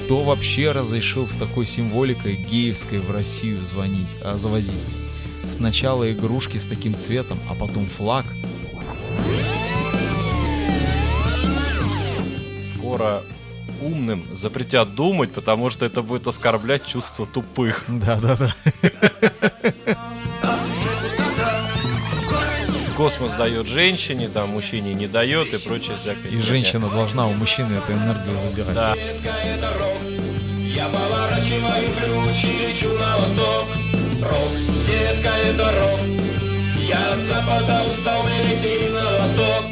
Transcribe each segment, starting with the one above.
Кто вообще разрешил с такой символикой геевской в Россию завозить? Сначала игрушки с таким цветом, а потом флаг. Скоро умным запретят думать, потому что это будет оскорблять чувства тупых. Да. Космос дает женщине, там мужчине не дает и прочее всякое. И женщина должна у мужчины эту энергию забирать. Да. Я поворачиваю ключ и лечу на восток. Рок, детка, это рок. Я от запада устал, мы летим на восток.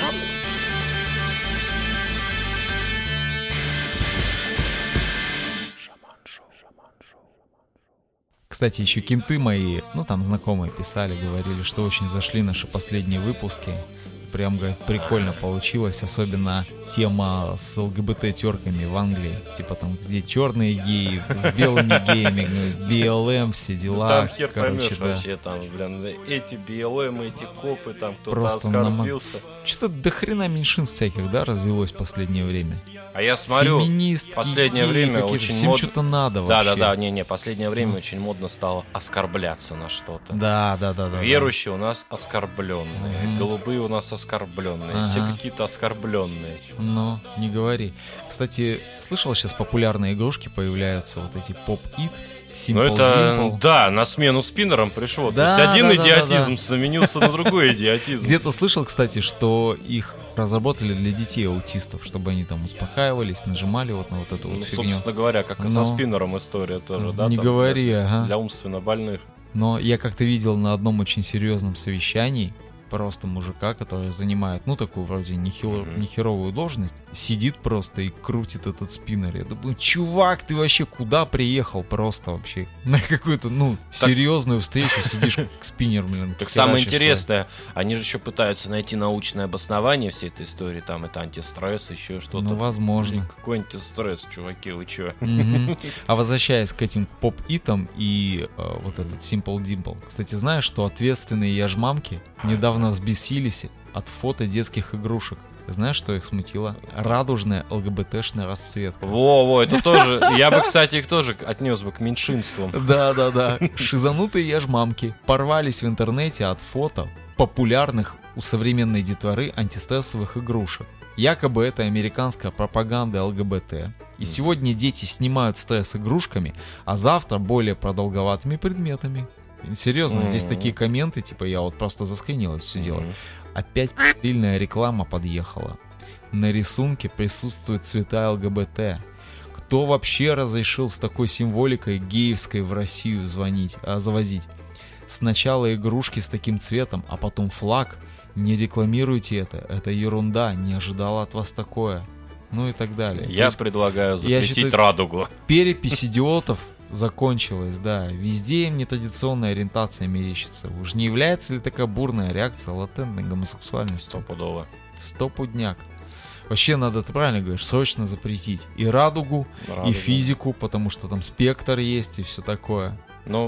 Кстати, еще кенты мои, там знакомые писали, говорили, что очень зашли наши последние выпуски. Прям, говорит, прикольно получилось, особенно тема с ЛГБТ-терками в Англии. Типа там, где черные геи с белыми геями, BLM, все дела. Там хер короче, поймешь да. вообще, там, эти BLM, эти копы, там кто-то Просто оскорбился. Что-то до хрена меньшинств всяких, да, развелось в последнее время. А я смотрю, феминистки, последнее геи время какие-то, очень всем модно. что-то надо вообще. Да, последнее время очень модно стало оскорбляться на что-то. Да. Верующие у нас оскорбленные, голубые у нас оскорбленные, все какие-то оскорбленные. Ну, не говори. Кстати, слышал, сейчас популярные игрушки появляются, вот эти Pop-It, Ну Simple это, Dimple. да, на смену спиннерам пришло. Да, То есть один да, идиотизм заменился на другой идиотизм. Где-то слышал, кстати, что их разработали для детей аутистов, чтобы они там успокаивались, нажимали вот на вот эту вот фигню. Собственно говоря, как и со спиннером история тоже, да? Не там, говори, ага. Для умственно больных. Но я как-то видел на одном очень серьезном совещании просто мужика, который занимает, такую вроде нехеровую должность, сидит просто и крутит этот спиннер. Я думаю, чувак, ты вообще куда приехал просто вообще? На какую-то, серьезную встречу сидишь как спиннер, блин. Так самое интересное, они же еще пытаются найти научное обоснование всей этой истории, там это антистресс, еще что-то. Возможно. Какой антистресс, чуваки, вы че? А возвращаясь к этим поп-итам и вот этот Simple Dimple. Кстати, знаешь, что ответственные яжмамки недавно взбесились от фото детских игрушек. Знаешь, что их смутило? Радужная ЛГБТшная расцветка. Во, это тоже. Я бы, кстати, их тоже отнес бы к меньшинствам. Да. Шизанутые яжмамки порвались в интернете от фото популярных у современной детворы антистрессовых игрушек. Якобы это американская пропаганда ЛГБТ. И сегодня дети снимают стресс игрушками, а завтра более продолговатыми предметами. Серьезно, здесь такие комменты, типа я вот просто заскринил это все дело. Опять пильная реклама подъехала. На рисунке присутствуют цвета ЛГБТ. Кто вообще разрешил с такой символикой геевской в Россию завозить? Сначала игрушки с таким цветом, а потом флаг. Не рекламируйте это ерунда, не ожидала от вас такое. Ну и так далее. Я предлагаю запретить радугу. Перепись идиотов закончилась, да. Везде им нетрадиционная ориентация мерещится. Уж не является ли такая бурная реакция латентной гомосексуальности? Стопудово. Стопудняк. Вообще надо, ты правильно говоришь, срочно запретить и радугу, и физику, потому что там спектр есть и все такое.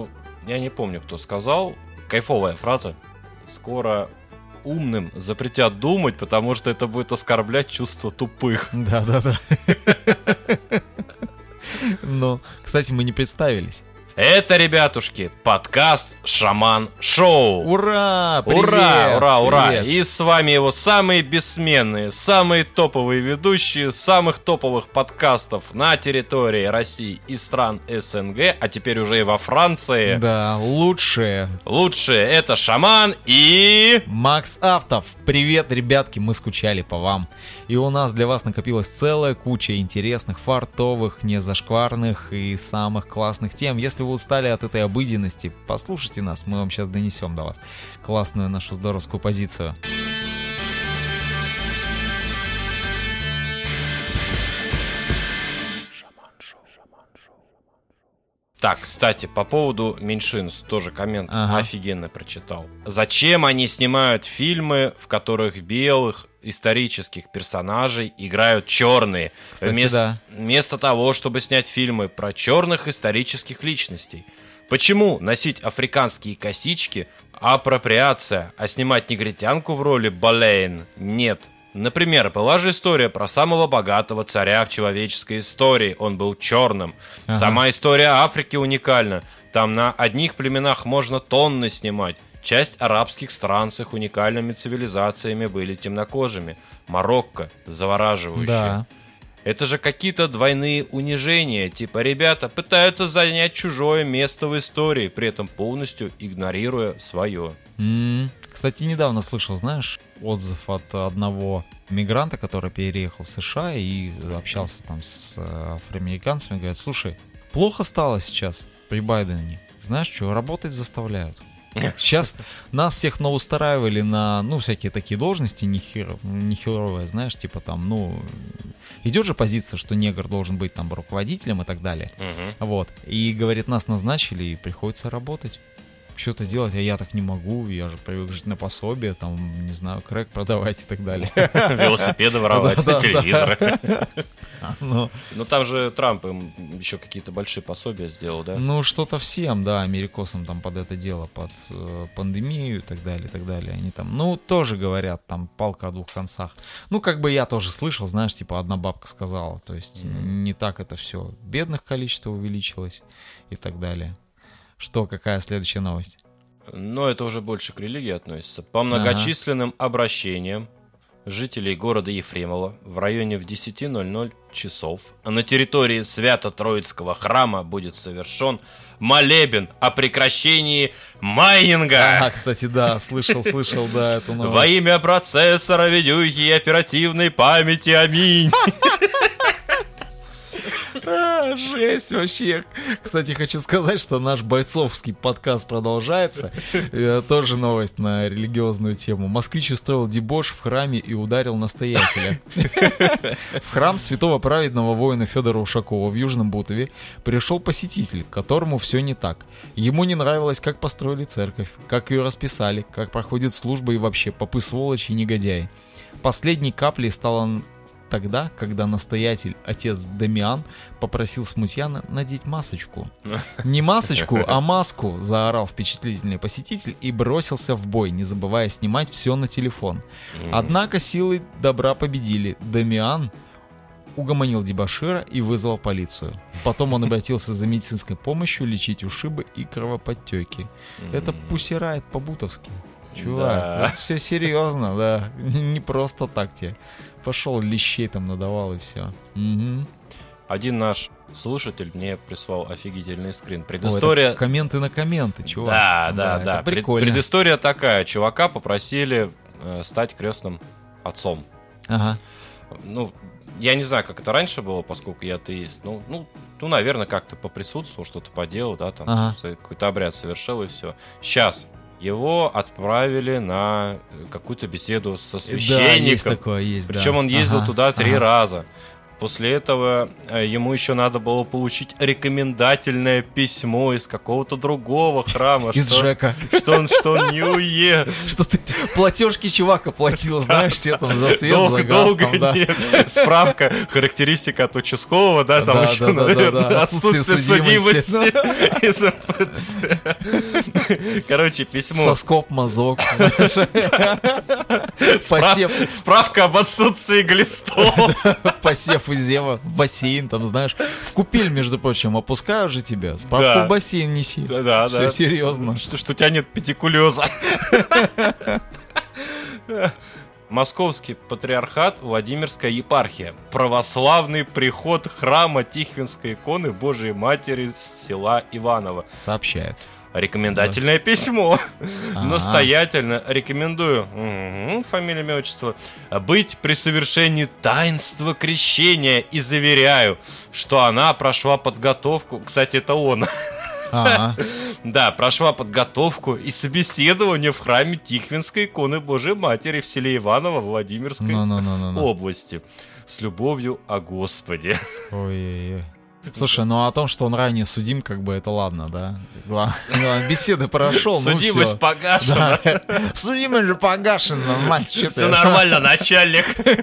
Я не помню, кто сказал. Кайфовая фраза. Скоро умным запретят думать, потому что это будет оскорблять чувства тупых. Да. Но, кстати, мы не представились. Это, ребятушки, подкаст «Шаман Шоу». Ура! Привет! Ура! Привет. И с вами его самые бессменные, самые топовые ведущие самых топовых подкастов на территории России и стран СНГ, а теперь уже и во Франции. Да, лучшие. Лучшие — это Шаман и... Макс Автов. Привет, ребятки, мы скучали по вам. И у нас для вас накопилась целая куча интересных, фартовых, незашкварных и самых классных тем. Если вы устали от этой обыденности, послушайте нас, мы вам сейчас донесем до вас классную нашу здоровскую позицию. Так, кстати, по поводу меньшинств тоже коммент офигенно прочитал. Зачем они снимают фильмы, в которых белых исторических персонажей играют черные, вместо того, чтобы снять фильмы про черных исторических личностей? Почему носить африканские косички — апроприация, а снимать негритянку в роли Болейн — нет? Например, была же история про самого богатого царя в человеческой истории. Он был черным. Сама история Африки уникальна. Там на одних племенах можно тонны снимать. Часть арабских стран с их уникальными цивилизациями были темнокожими. Марокко завораживающее. Да. Это же какие-то двойные унижения. Типа ребята пытаются занять чужое место в истории, при этом полностью игнорируя свое. Кстати, недавно слышал, знаешь, отзыв от одного мигранта, который переехал в США и общался там с афроамериканцами. Говорит, слушай, плохо стало сейчас при Байдене. Знаешь что, работать заставляют. Сейчас нас всех наустраивали на, всякие такие должности нехеровые, знаешь, типа там, идет же позиция, что негр должен быть там руководителем и так далее. Вот. И, говорит, нас назначили, и приходится работать. Что-то делать, а я так не могу, я же привык жить на пособие, там, не знаю, крэк продавать и так далее. Велосипеды воровать, телевизоры. Ну там же Трамп им еще какие-то большие пособия сделал, да? Что-то всем, да, америкосам там под это дело, под пандемию и так далее, и так далее. Они там, тоже говорят, там, палка о двух концах. Как бы я тоже слышал, знаешь, типа одна бабка сказала, то есть не так это все. Бедных количество увеличилось и так далее. Что, какая следующая новость? Это уже больше к религии относится. По многочисленным обращениям жителей города Ефремово в районе в 10:00 часов на территории Свято-Троицкого храма будет совершен молебен о прекращении майнинга. Кстати, да, слышал, да, эту новость. Во имя процессора, видюхи и оперативной памяти, аминь. Жесть вообще. Кстати, хочу сказать, что наш бойцовский подкаст продолжается. Тоже новость на религиозную тему. Москвич устроил дебош в храме и ударил настоятеля. В храм святого праведного воина Федора Ушакова в Южном Бутове пришел посетитель, которому все не так. Ему не нравилось, как построили церковь, как ее расписали, как проходит служба и вообще попы сволочи и негодяи. Последней каплей стало тогда, когда настоятель, отец Дамиан, попросил смутьяна надеть масочку. Не масочку, а маску, заорал впечатлительный посетитель и бросился в бой, не забывая снимать все на телефон. Однако силы добра победили. Дамиан угомонил дебошира и вызвал полицию. Потом он обратился за медицинской помощью лечить ушибы и кровоподтеки. Это пусирает по-бутовски. Чувак, это все серьезно, да. Не просто так тебе. Пошел, лещей там надавал и все. Один наш слушатель мне прислал офигительный скрин. Предыстория... комменты на комменты, чувак. Да. Предыстория такая. Чувака попросили стать крестным отцом. Я не знаю, как это раньше было, поскольку я атеист. Наверное, как-то поприсутствовал, что-то поделал, да, там какой-то обряд совершил и все. Сейчас его отправили на какую-то беседу со священником. Да, есть такое, есть. Причем он ездил туда 3 раза. После этого ему еще надо было получить рекомендательное письмо из какого-то другого храма. Из ЖЭКа. Что он не уедет. Что ты платежки чувак оплатил, знаешь, все там за свет, за газ. Нет. Справка, характеристика от участкового, да, там еще, наверное, отсутствие судимости. Короче, письмо. Соскоб, мазок. Справка об отсутствии глистов. Посев изева в бассейн, там, знаешь, в купель, между прочим, опускают же тебя. Справку в бассейн неси. Да. Все серьезно. Что у тебя нет педикулеза. Московский патриархат, Владимирская епархия. Православный приход храма Тихвинской иконы Божией Матери с села Иваново. Сообщает. Рекомендательное письмо. Настоятельно рекомендую, фамилия, имя, отчество, быть при совершении таинства крещения и заверяю, что она прошла подготовку. Кстати, это он. Да, прошла подготовку и собеседование в храме Тихвинской иконы Божией Матери в селе Иваново Владимирской области. С любовью о Господе. Ой-ой-ой. Слушай, о том, что он ранее судим, как бы это ладно, да? Беседы прошел, судимость погашена. Судимость же погашена, мать, что ты. Все нормально, начальник.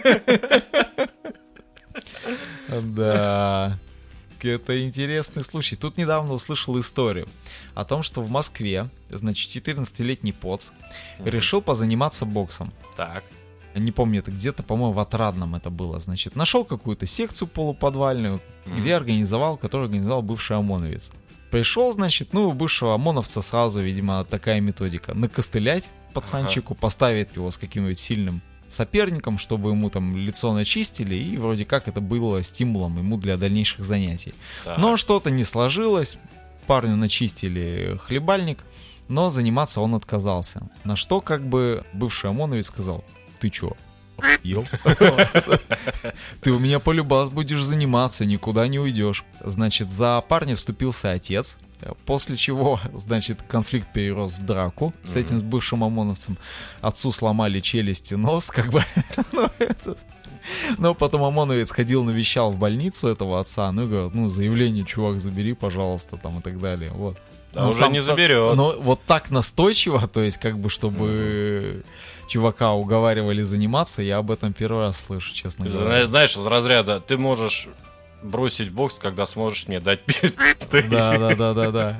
Да. Это интересный случай. Тут недавно услышал историю о том, что в Москве, значит, 14-летний поц решил позаниматься боксом. Так. не помню, это где-то, по-моему, в Отрадном это было, значит, нашел какую-то секцию полуподвальную, которую организовал бывший ОМОНовец. Пришел, значит, у бывшего ОМОНовца сразу, видимо, такая методика: накостылять пацанчику, поставить его с каким-нибудь сильным соперником, чтобы ему там лицо начистили, и вроде как это было стимулом ему для дальнейших занятий. Да. Но что-то не сложилось, парню начистили хлебальник, но заниматься он отказался. На что как бы бывший ОМОНовец сказал: ты чё, охуел? Ты у меня полюбас будешь заниматься, никуда не уйдешь. Значит, за парня вступился отец, после чего, значит, конфликт перерос в драку с этим, с бывшим ОМОНовцем. Отцу сломали челюсть и нос, как бы. Но потом ОМОНовец ходил, навещал в больницу этого отца, и говорит: заявление, чувак, забери, пожалуйста, там и так далее, вот. Да, уже не заберет. Но вот так настойчиво, то есть как бы, чтобы чувака уговаривали заниматься, я об этом первый раз слышу, честно говоря. Знаешь, из разряда: ты можешь бросить бокс, когда сможешь мне дать пизды. Да.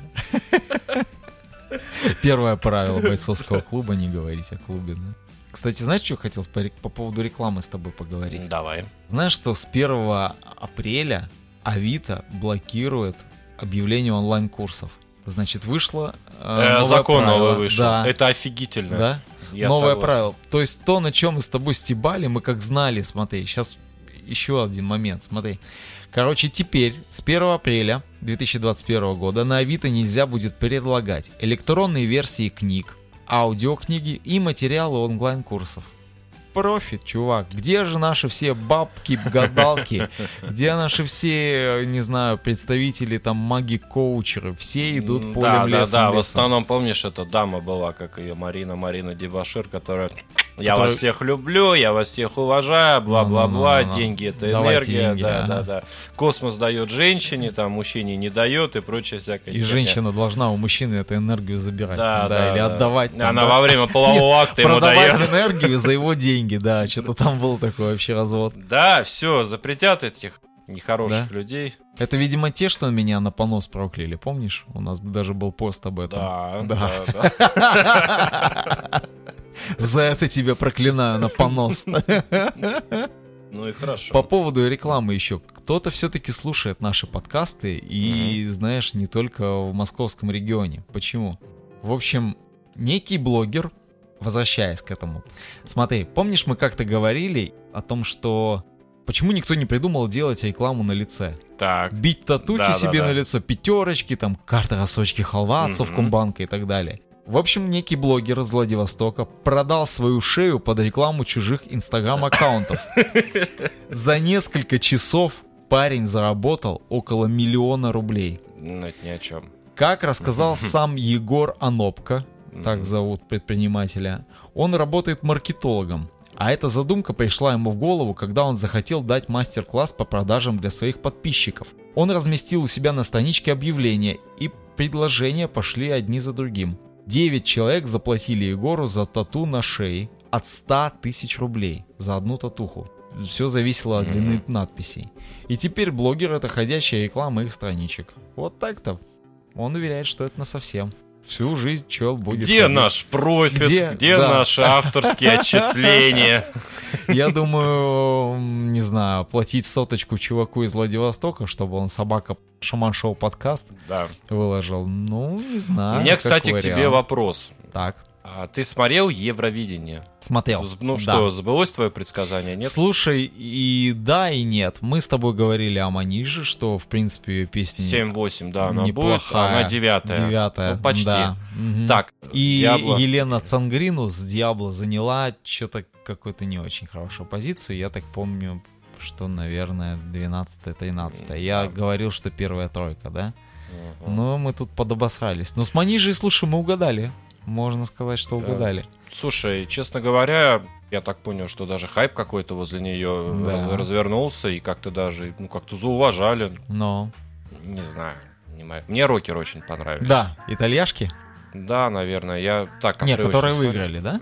Первое правило бойцовского клуба — не говорить о клубе. Да? Кстати, знаешь, что хотел по поводу рекламы с тобой поговорить? Давай. Знаешь, что с 1 апреля Авито блокирует объявление онлайн-курсов? Значит, вышло закон правило. Новый вышел. Да. Это офигительно. Да? Новое правило. То есть то, на чем мы с тобой стебали, мы как знали, смотри, сейчас еще один момент, смотри. Короче, теперь с 1 апреля 2021 года на Авито нельзя будет предлагать электронные версии книг, аудиокниги и материалы онлайн-курсов. Профит, чувак. Где же наши все бабки, гадалки? Где наши все, не знаю, представители там маги-коучеры? Все идут полем лесом. Да. В основном, помнишь, эта дама была, как ее Марина Дебашир, которая: я вас всех люблю, я вас всех уважаю, бла-бла-бла, деньги — это энергия, да. Космос дает женщине, там, мужчине не дает и прочее всякое. И женщина должна у мужчины эту энергию забирать, или отдавать. Она во время полового акта ему дает. Продавать энергию за его деньги, да, что-то там был такой вообще развод. Да, все, запретят этих нехороших людей. Это, видимо, те, что меня на понос прокляли, помнишь? У нас даже был пост об этом. Да. За это тебя проклинаю на понос. Ну и хорошо. По поводу рекламы еще. Кто-то все-таки слушает наши подкасты и, знаешь, не только в московском регионе. Почему? В общем, некий блогер, возвращаясь к этому. Смотри, помнишь, мы как-то говорили о том, что почему никто не придумал делать рекламу на лице? Так. Бить татухи себе на лицо, пятерочки, там, карта рассрочки халва, Совкомбанка и так далее. В общем, некий блогер из Владивостока продал свою шею под рекламу чужих инстаграм-аккаунтов. За несколько часов парень заработал около 1 миллиона рублей. Ну, это ни о чем. Как рассказал сам Егор Анопко, так зовут предпринимателя, он работает маркетологом. А эта задумка пришла ему в голову, когда он захотел дать мастер-класс по продажам для своих подписчиков. Он разместил у себя на страничке объявления, и предложения пошли одни за другим. 9 человек заплатили Егору за тату на шее от 100 тысяч рублей за одну татуху. Все зависело от длины надписей. И теперь блогер — это ходячая реклама их страничек. Вот так-то. Он уверяет, что это насовсем. Всю жизнь чел будет... Где ходить. Наш профит? Где наши авторские отчисления? Я думаю, не знаю, платить 100 чуваку из Владивостока, чтобы он «Собака Шаман Шоу» подкаст выложил. Ну, не знаю. У меня, кстати, к тебе вопрос. Так. А ты смотрел Евровидение? Смотрел. Ну что, сбылось твое предсказание, нет? Слушай, и да, и нет. Мы с тобой говорили о Маниже, что, в принципе, ее песня 7-8, да, она неплохая. Будет, она 9-я. Ну, почти. Да. Так, и Диабло. Елена Цангрину с Диабло заняла что-то какую-то не очень хорошую позицию. Я так помню, что, наверное, 12-13. Я говорил, что первая тройка, да? Но мы тут подобосрались. Но с Манижей, слушай, мы угадали. Можно сказать, что угадали. Слушай, честно говоря, я так понял, что даже хайп какой-то возле нее развернулся, и как-то даже, как-то зауважали. Но. Не знаю. Мне рокеры очень понравились. Да, итальяшки? Да, наверное. Я так. Нет, которые выиграли, да?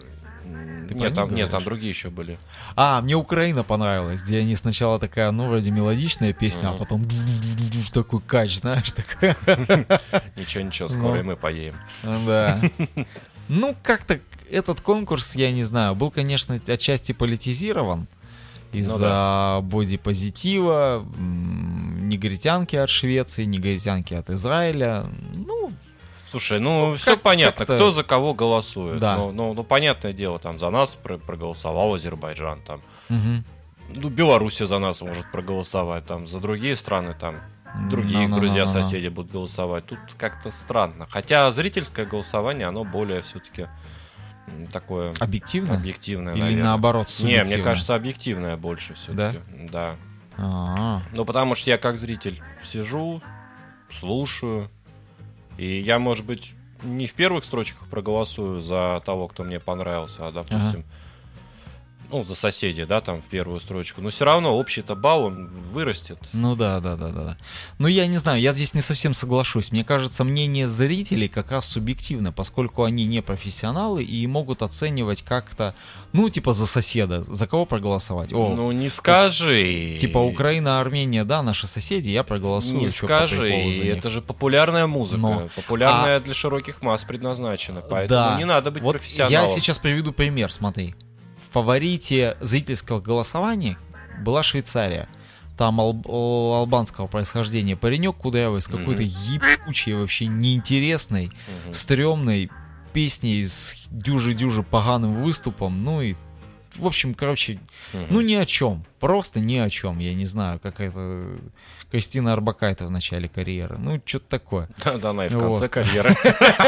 Нет, там другие еще были. Мне Украина понравилась, где они сначала такая, вроде мелодичная песня, а потом такой кач, знаешь, такой. Ничего, скоро и мы поедем. Да. Как-то этот конкурс, я не знаю, был, конечно, отчасти политизирован из-за бодипозитива, негритянки от Швеции, негритянки от Израиля. Ну, слушай, все понятно, кто за кого голосует. Да. Ну, понятное дело, там за нас проголосовал Азербайджан, там. Ну, Белоруссия за нас может проголосовать, там, за другие страны, там, другие друзья-соседи будут голосовать. Тут как-то странно. Хотя зрительское голосование, оно более все-таки такое... Объективное? Объективное, или наверное. Наоборот, субъективное? Не, мне кажется, объективное больше все-таки. Да? Да. Ну, потому что я как зритель сижу, слушаю, и я, может быть, не в первых строчках проголосую за того, кто мне понравился, а, допустим, за соседей, да, там, в первую строчку. Но все равно общий-то балл, он вырастет. Ну да. Ну, я не знаю, я здесь не совсем соглашусь. Мне кажется, мнение зрителей как раз субъективно, поскольку они не профессионалы и могут оценивать как-то, типа за соседа, за кого проголосовать. Ну, не скажи. Типа Украина, Армения, да, наши соседи, я проголосую. Не скажи, это же популярная музыка, популярная для широких масс предназначена, поэтому не надо быть профессионалом. Я сейчас приведу пример, смотри. В фаворите зрительского голосования была Швейцария. Там албанского происхождения паренек кудрявый с какой-то ебучей, вообще неинтересной, стрёмной песней с дюжи-дюжи поганым выступом. Ну и, в общем, короче, ни о чем. Просто ни о чем. Я не знаю, какая-то Кристина Орбакайте в начале карьеры. Ну, что-то такое. Да, она и в конце карьеры.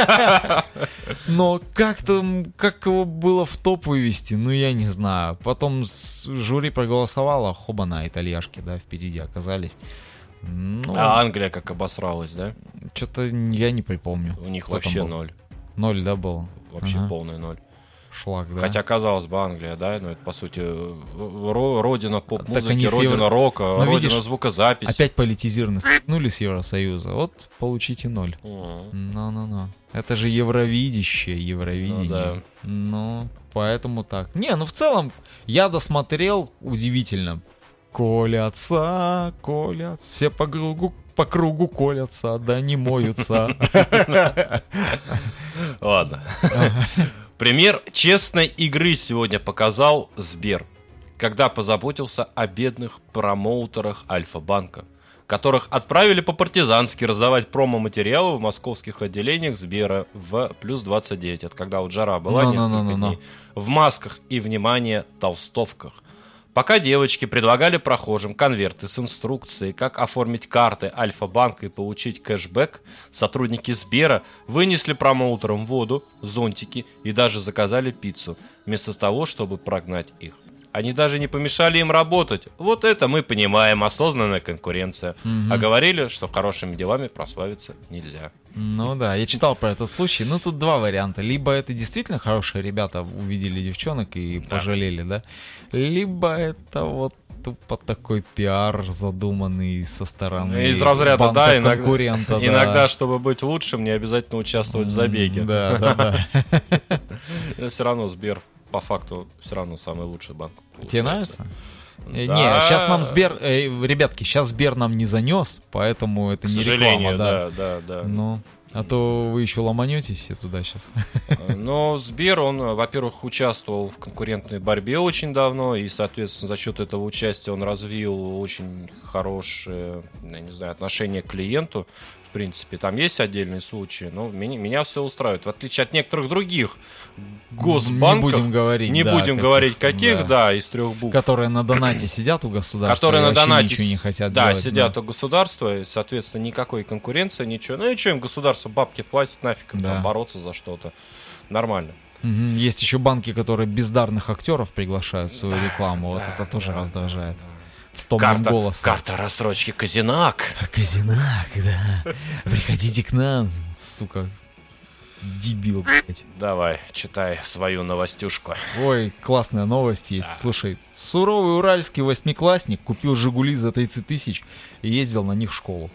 Но как его было в топ вывести, я не знаю. Потом жюри проголосовало, хобана, итальяшки, да, впереди оказались. А Англия как обосралась, да? Что-то я не припомню. У них вообще 0. 0, да, было? Вообще полный 0. Шлак, да. Хотя, казалось бы, Англия, да, это, по сути, родина поп-музыки, родина рока, родина звукозаписи. Опять политизированы, с Евросоюза. Вот, получите 0. Ну. Это же Евровидение. Ну, поэтому так. В целом, я досмотрел, удивительно. Колятся, все по кругу колятся, да не моются. Ладно. Пример честной игры сегодня показал Сбер, когда позаботился о бедных промоутерах Альфа-банка, которых отправили по-партизански раздавать промо-материалы в московских отделениях Сбера в плюс 29, это когда вот жара была несколько дней, в масках и, внимание, толстовках. Пока девочки предлагали прохожим конверты с инструкцией, как оформить карты Альфа-банка и получить кэшбэк, сотрудники Сбера вынесли промоутерам воду, зонтики и даже заказали пиццу, вместо того, чтобы прогнать их. Они даже не помешали им работать. Вот это мы понимаем, осознанная конкуренция. А говорили, что хорошими делами прославиться нельзя. Ну да, я читал про этот случай. Тут два варианта. Либо это действительно хорошие ребята увидели девчонок и пожалели, да? Либо это вот тупо такой пиар задуманный со стороны из разряда, конкурента. Иногда, чтобы быть лучшим, не обязательно участвовать в забеге. Да. Все равно Сбер по факту все равно самый лучший банк. Тебе нравится? Да. Не, сейчас нам Сбер, ребятки, сейчас Сбер нам не занес, поэтому это не реклама, да. Ну, а то вы еще ломанетесь все туда сейчас. Но Сбер, он, во-первых, участвовал в конкурентной борьбе очень давно, и, соответственно, за счет этого участия он развил очень хорошее, я не знаю, отношение к клиенту. В принципе, там есть отдельные случаи, но меня все устраивает. В отличие от некоторых других госбанков, не будем говорить, каких, из 3 букв. Которые на донате сидят у государства, которые на донате ничего не хотят делать. Сидят у государства, и, соответственно, никакой конкуренции, ничего. Ну и что им государство бабки платит, нафиг им там бороться за что-то. Нормально. Есть еще банки, которые бездарных актеров приглашают в свою рекламу. Вот это тоже раздражает. С томным голосом. Карта рассрочки Казинак. Казинак, да. Приходите к нам, сука. Дебил, блядь. Давай, читай свою новостюшку. Ой, классная новость есть. Слушай, суровый уральский 8-классник купил «Жигули» за 30 тысяч и ездил на них в школу.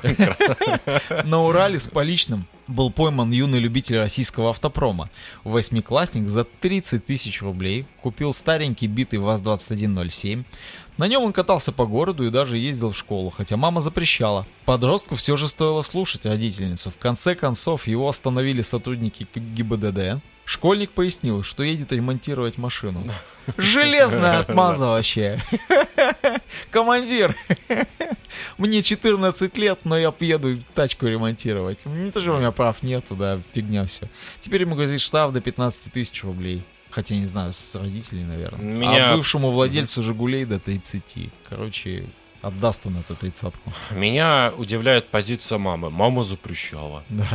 На Урале с поличным был пойман юный любитель российского автопрома. 8-классник за 30 тысяч рублей купил старенький битый ВАЗ-2107. На нем он катался по городу и даже ездил в школу, хотя мама запрещала. Подростку все же стоило слушать родительницу. В конце концов его остановили сотрудники ГИБДД. Школьник пояснил, что едет ремонтировать машину. Железная отмаза вообще. Командир, мне 14 лет, но я еду тачку ремонтировать. Не то, что у меня прав нету, да, фигня все. Теперь ему грозит штраф до 15 тысяч рублей. Хотя, не знаю, с родителей, наверное. А бывшему владельцу «Жигулей» до 30. Короче, отдаст он эту 30-ку. Меня удивляет позиция мамы. Мама запрещала. Да.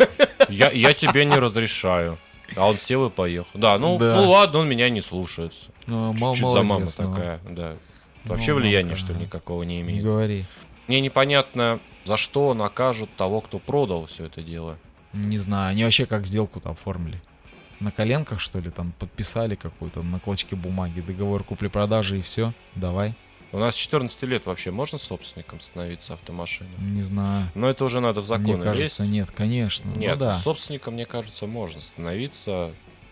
Я тебе не разрешаю. А он сел и поехал. Да, ну ладно, он меня не слушается. Чуть-чуть за мама такая, да. Вообще влияния, что ли, никакого не имеет. Не говори. Мне непонятно, за что накажут того, кто продал все это дело. Не знаю, они вообще как сделку-то оформили. На коленках, что ли, там подписали какую-то на клочке бумаги договор купли-продажи и все, давай. У нас с 14 лет вообще можно собственником становиться автомашины? Не знаю. Но это уже надо в законы. Мне кажется, лезть. Нет, конечно. Нет, да. собственником, мне кажется, можно становиться.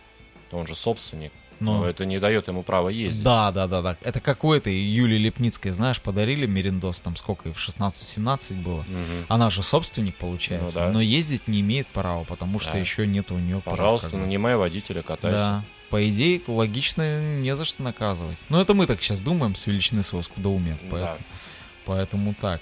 Он же собственник. Но Но это не дает ему права ездить. Да. Это как у этой Юлии Лепницкой, знаешь, подарили Мериндос, там сколько, в 16-17 было. Угу. Она же собственник, получается, Ну, да. но ездить не имеет права, потому что еще нет у нее прав. Пожалуйста, нанимай водителя, катайся. Да. По идее, логично, не за что наказывать. Но это мы так сейчас думаем с величины своего скудоумия. Да. Поэтому так.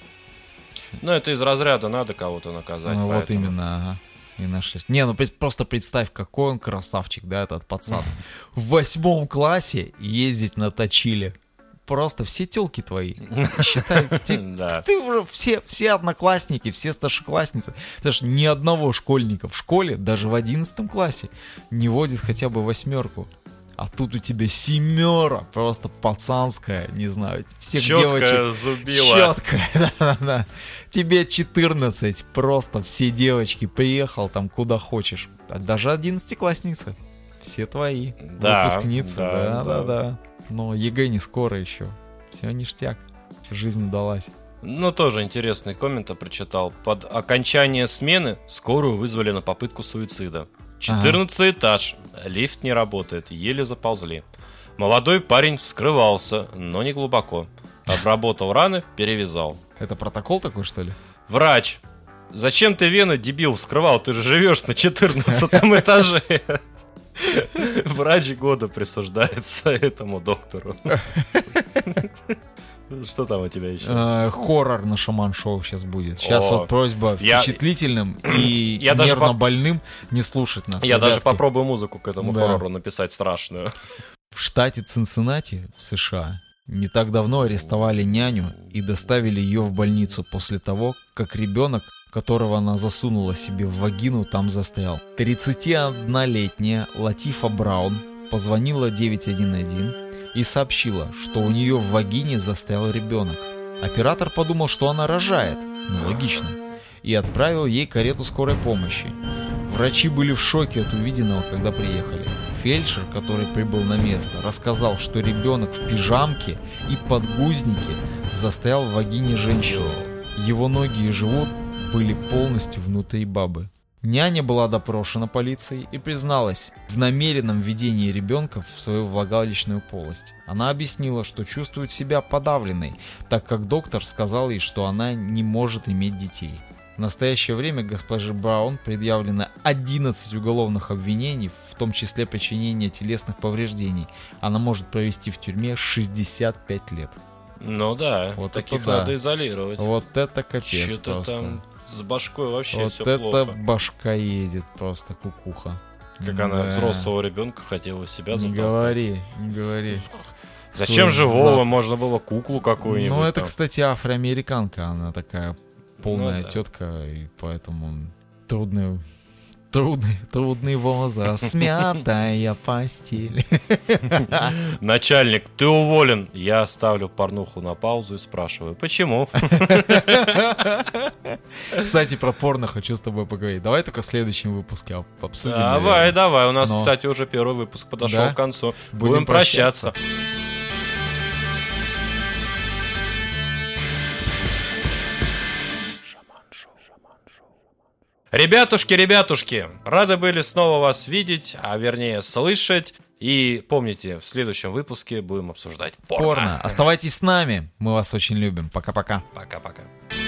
Ну, это из разряда надо кого-то наказать. Ну, вот поэтому. именно, ага. И нашлись. Не, ну просто представь, какой он красавчик, да, этот пацан. В 8 классе ездить на точиле. Просто все тёлки твои. Считай, ты уже все одноклассники, все старшеклассницы. Потому что ни одного школьника в школе, даже в 11 классе, не водит хотя бы 8. А тут у тебя 7, просто пацанская, не знаю, всех Чёткая девочек. зубила. Чёткая, да. Тебе 14, просто все девочки, приехал там куда хочешь. А даже 11-классницы, все твои, да, выпускницы, да. Да. Но ЕГЭ не скоро еще, все ништяк, жизнь удалась. Ну, тоже интересный коммент я прочитал. Под окончание смены скорую вызвали на попытку суицида. 14 этаж, лифт не работает, еле заползли. Молодой парень вскрывался, но не глубоко. Обработал раны, перевязал. Это протокол такой, что ли? Врач. Зачем ты вены, дебил, вскрывал? Ты же живешь на 14 этаже. Врач года присуждается этому доктору. Что там у тебя еще? Хоррор на Шаман-шоу сейчас будет. Сейчас вот просьба впечатлительным и нервно больным не слушать нас. Я даже попробую музыку к этому хоррору написать страшную. В штате Цинциннати, в США, не так давно арестовали няню и доставили ее в больницу после того, как ребенок, которого она засунула себе в вагину, там застрял. 31-летняя Латифа Браун позвонила 911 и сообщила, что у нее в вагине застрял ребенок. Оператор подумал, что она рожает, ну логично, и отправил ей карету скорой помощи. Врачи были в шоке от увиденного, когда приехали. Фельдшер, который прибыл на место, рассказал, что ребенок в пижамке и подгузнике застрял в вагине женщины. Его ноги и живот были полностью внутри бабы. Няня была допрошена полицией и призналась в намеренном введении ребенка в свою влагалищную полость. Она объяснила, что чувствует себя подавленной, так как доктор сказал ей, что она не может иметь детей. В настоящее время госпоже Браун предъявлено 11 уголовных обвинений, в том числе причинение телесных повреждений. Она может провести в тюрьме 65 лет. Ну да, вот таких надо изолировать. Вот это капец. Что-то просто. Там с башкой вообще вот все это плохо. Башка едет просто, кукуха. Как она взрослого ребенка хотела себя затолкать. Не говори. Зачем живого? Можно было куклу какую-нибудь. Ну это, там. кстати, афроамериканка. Она такая полная тетка, и поэтому трудный возраст, смятая постель. Начальник, ты уволен. Я ставлю порнуху на паузу и спрашиваю, почему? Кстати, про порно хочу с тобой поговорить. Давай только в следующем выпуске обсудим. Давай. У нас, кстати, уже первый выпуск подошел к концу. Будем прощаться. Ребятушки, рады были снова вас видеть, а вернее слышать. И помните, в следующем выпуске будем обсуждать порно. Оставайтесь с нами, мы вас очень любим. Пока-пока. Пока-пока.